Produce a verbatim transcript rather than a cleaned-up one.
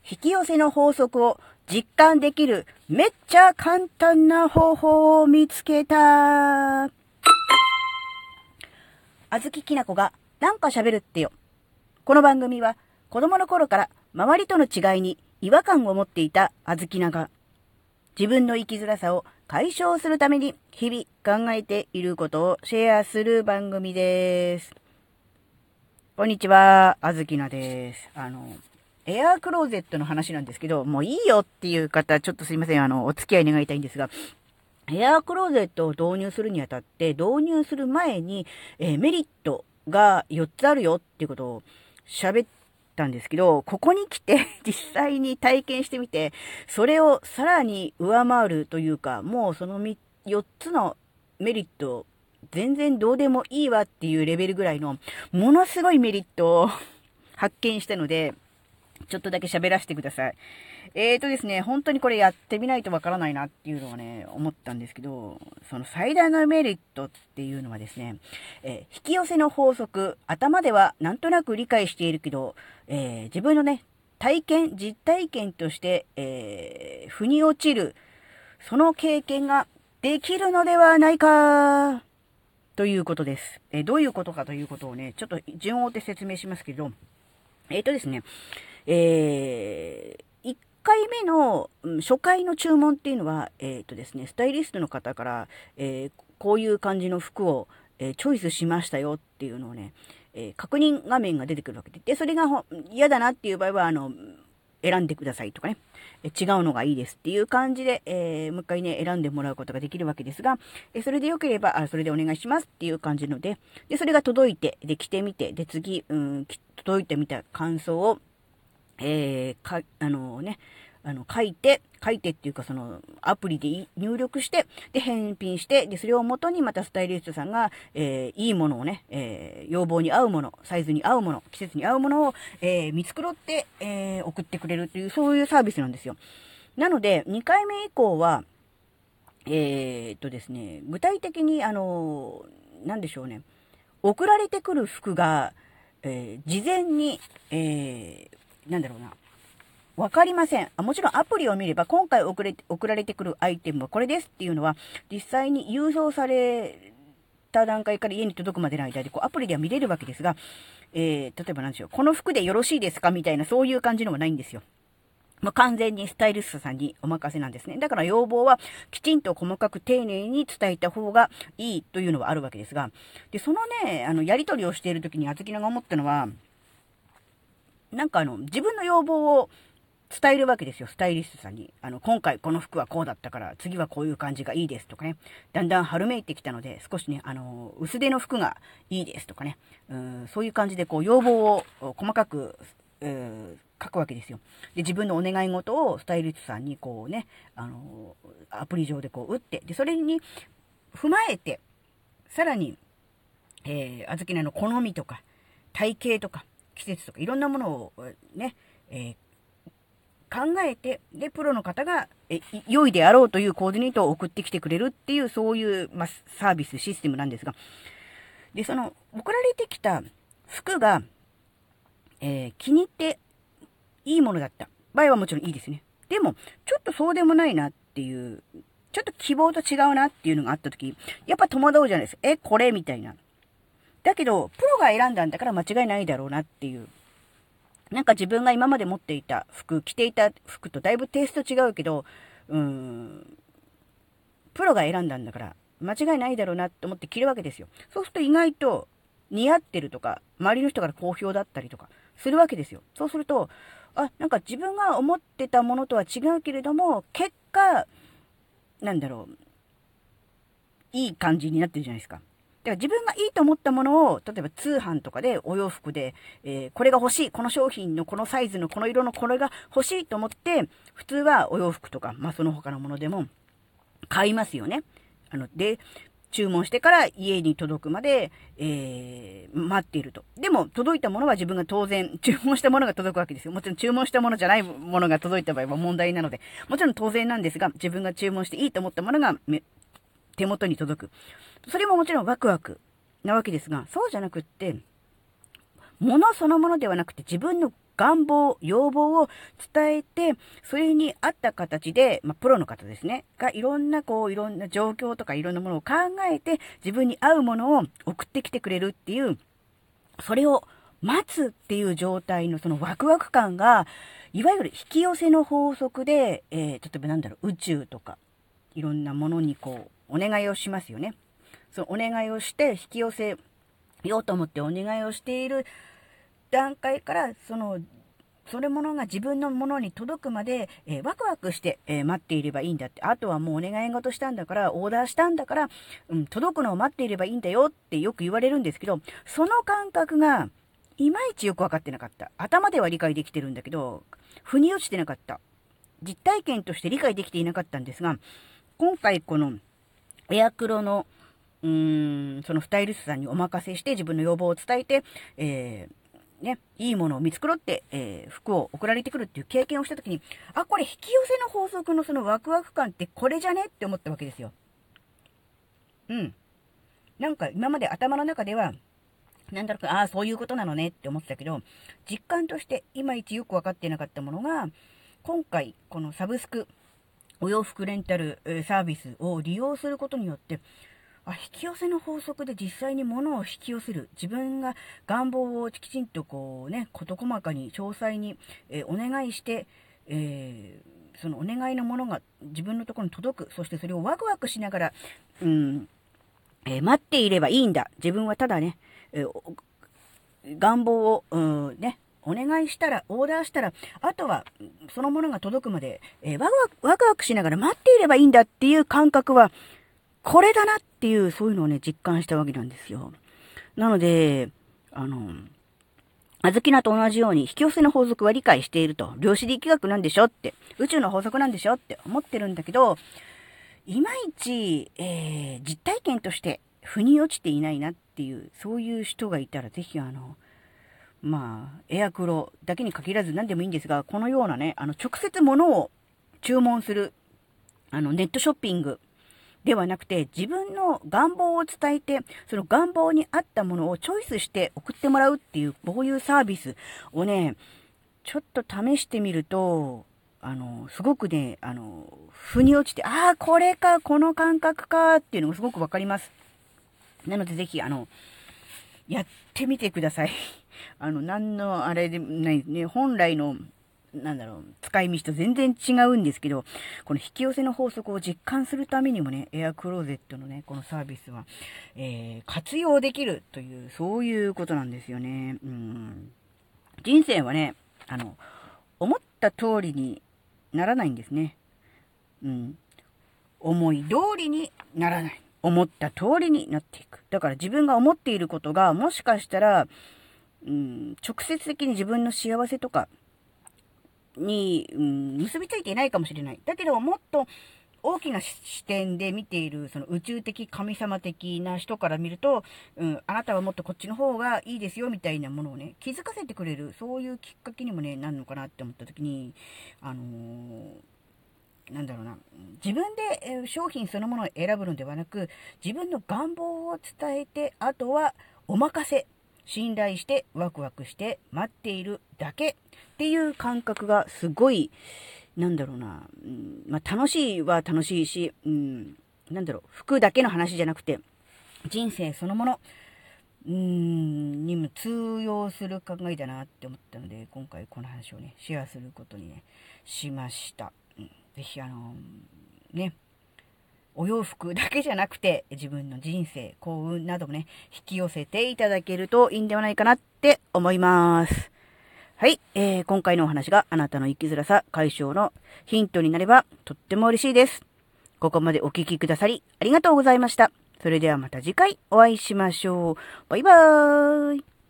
引き寄せの法則を実感できるめっちゃ簡単な方法を見つけた。あずききなこがなんか喋るってよ。この番組は子供の頃から周りとの違いに違和感を持っていたあずきなが自分の生きづらさを解消するために日々考えていることをシェアする番組です。こんにちは、あずきなです。あの、エアークローゼットの話なんですけど、もういいよっていう方、ちょっとすいません、あの、お付き合い願いたいんですが、エアークローゼットを導入するにあたって、導入する前に、えー、メリットがよっつあるよっていうことを喋ったんですけど、ここに来て実際に体験してみて、それをさらに上回るというか、もうそのよっつのメリット、全然どうでもいいわっていうレベルぐらいの、ものすごいメリットを発見したので、ちょっとだけ喋らせてください。えーとですね、本当にこれやってみないとわからないなっていうのはね、思ったんですけど、その最大のメリットっていうのはですね、えー、引き寄せの法則、頭ではなんとなく理解しているけど、えー、自分のね、体験、実体験として、えー、腑に落ちる、その経験ができるのではないか、ということです。えー、どういうことかということをね、ちょっと順を追って説明しますけど、えーとですね、えー、いっかいめの、うん、初回の注文っていうのは、えーとですね、スタイリストの方から、えー、こういう感じの服を、えー、チョイスしましたよっていうのをね、えー、確認画面が出てくるわけで、で、それが嫌だなっていう場合は、あの、選んでくださいとかね、え違うのがいいですっていう感じで、えー、もう一回ね、選んでもらうことができるわけですが、えそれでよければ、あ、それでお願いしますっていう感じので、で、それが届いて、で、着てみて、で、次、うん、届いてみた感想を、えー、か、あのね、あの、書いて、書いてっていうかその、アプリで入力して、で、返品して、で、それを元にまたスタイリストさんが、えー、いいものをね、えー、要望に合うもの、サイズに合うもの、季節に合うものを、えー、見繕って、えー、送ってくれるという、そういうサービスなんですよ。なので、にかいめ以降は、えー、っとですね、具体的に、あのー、なんでしょうね、送られてくる服が、えー、事前に、えー、なんだろうな、わかりません。もちろんアプリを見れば、今回送れ送られてくるアイテムはこれですっていうのは、実際に郵送された段階から家に届くまでの間で、こうアプリでは見れるわけですが、えー、例えば何でしょう、この服でよろしいですかみたいな、そういう感じのはないんですよ。まあ、完全にスタイリストさんにお任せなんですね。だから要望はきちんと細かく丁寧に伝えた方がいいというのはあるわけですが、で、そのね、あの、やり取りをしているときに、あずきなが思ったのは、なんかあの、自分の要望を伝えるわけですよ、スタイリストさんに。あの、今回この服はこうだったから、次はこういう感じがいいですとかね。だんだん春めいてきたので、少しね、あの、薄手の服がいいですとかね。うん、そういう感じで、こう、要望を細かく、うー書くわけですよ。で、自分のお願い事をスタイリストさんにこうね、あの、アプリ上でこう打って、で、それに踏まえて、さらに、えー、あずきなの好みとか、体型とか、季節とか、いろんなものをね、えー考えて、で、プロの方が、え、良いであろうというコーディネートを送ってきてくれるっていう、そういう、まあ、サービス、システムなんですが、で、その、送られてきた服が、えー、気に入っていいものだった場合はもちろんいいですね。でも、ちょっとそうでもないなっていう、ちょっと希望と違うなっていうのがあったとき、やっぱ戸惑うじゃないですか。え、これみたいな。だけど、プロが選んだんだから間違いないだろうなっていう。なんか自分が今まで持っていた服、着ていた服とだいぶテイスト違うけど、うーん、プロが選んだんだから間違いないだろうなって思って着るわけですよ。そうすると意外と似合ってるとか、周りの人から好評だったりとかするわけですよ。そうすると、あ、なんか自分が思ってたものとは違うけれども、結果、なんだろう、いい感じになってるじゃないですか。だから自分がいいと思ったものを、例えば通販とかでお洋服で、えー、これが欲しい、この商品のこのサイズのこの色のこれが欲しいと思って、普通はお洋服とか、まあその他のものでも買いますよね。あの、で、注文してから家に届くまで、えー、待っていると。でも、届いたものは自分が当然、注文したものが届くわけですよ。もちろん注文したものじゃないものが届いた場合は問題なので、もちろん当然なんですが、自分が注文していいと思ったものが手元に届く。それももちろんワクワクなわけですが、そうじゃなくって、物そのものではなくて自分の願望、要望を伝えて、それに合った形で、まあ、プロの方ですね、がいろんなこう、いろんな状況とかいろんなものを考えて、自分に合うものを送ってきてくれるっていう、それを待つっていう状態のそのワクワク感が、いわゆる引き寄せの法則で、えー、例えばなんだろう、宇宙とか、いろんなものにこう、お願いをしますよね。そのお願いをして引き寄せようと思ってお願いをしている段階から、その、それものが自分のものに届くまで、えー、ワクワクして、えー、待っていればいいんだって。あとはもうお願い事したんだから、オーダーしたんだから、うん、届くのを待っていればいいんだよってよく言われるんですけど、その感覚が、いまいちよくわかってなかった。頭では理解できてるんだけど、腑に落ちてなかった。実体験として理解できていなかったんですが、今回このエアクロのうーんそのスタイリストさんにお任せして自分の要望を伝えて、えー、ね、いいものを見繕って、えー、服を送られてくるっていう経験をしたときに、あ、これ引き寄せの法則のそのワクワク感ってこれじゃねって思ったわけですよ。うん。なんか今まで頭の中では、なんだろうか、ああ、そういうことなのねって思ってたけど、実感としていまいちよくわかってなかったものが、今回、このサブスク、お洋服レンタルサービスを利用することによって、あ、引き寄せの法則で実際に物を引き寄せる。自分が願望をきちんとこうね、事細かに、詳細に、えー、お願いして、えー、そのお願いのものが自分のところに届く。そしてそれをワクワクしながら、うん、えー、待っていればいいんだ。自分はただね、えー、願望を、うん、ね、お願いしたら、オーダーしたら、あとは、そのものが届くまで、えー、ワクワク、ワクワクしながら待っていればいいんだっていう感覚は、これだなっていう、そういうのをね、実感したわけなんですよ。なので、あの、あずきなと同じように、引き寄せの法則は理解していると。量子力学なんでしょって。宇宙の法則なんでしょって思ってるんだけど、いまいち、えー、実体験として、腑に落ちていないなっていう、そういう人がいたら、ぜひあの、まあ、エアクロだけに限らず何でもいいんですが、このようなね、あの、直接物を注文する、あの、ネットショッピングではなくて、自分の願望を伝えて、その願望に合ったものをチョイスして送ってもらうっていう、こういうサービスをね、ちょっと試してみると、あの、すごくね、あの、腑に落ちて、ああ、これか、この感覚かっていうのがすごくわかります。なのでぜひ、あの、やってみてください。あの、何のあれでもないね、本来の、なんだろう、使い道と全然違うんですけど、この引き寄せの法則を実感するためにもね、エアクローゼットのね、このサービスは、えー、活用できるという、そういうことなんですよね。うん。人生はね、あの、思った通りにならないんですね。うん。思い通りにならない。思った通りになっていく。だから自分が思っていることが、もしかしたら、うん、直接的に自分の幸せとかに、うん、結びついていないかもしれない。だけど、もっと大きな視点で見ている、その宇宙的、神様的な人から見ると、うん、あなたはもっとこっちの方がいいですよ、みたいなものをね、気づかせてくれる、そういうきっかけにもね、なるのかなって思った時に、あのー、なんだろうな、自分で商品そのものを選ぶのではなく、自分の願望を伝えて、あとはお任せ、信頼してワクワクして待っているだけっていう感覚がすごい、なんだろうな、うん、まあ楽しいは楽しいし、うん、なんだろう、服だけの話じゃなくて、人生そのもの、うーん、にも通用する考えだなって思ったので、今回この話をね、シェアすることにね、しました。うん、ぜひあのー、ね、お洋服だけじゃなくて、自分の人生、幸運などもね、引き寄せていただけるといいんではないかなって思います。はい、えー、今回のお話があなたの生きづらさ解消のヒントになればとっても嬉しいです。ここまでお聞きくださりありがとうございました。それではまた次回お会いしましょう。バイバーイ。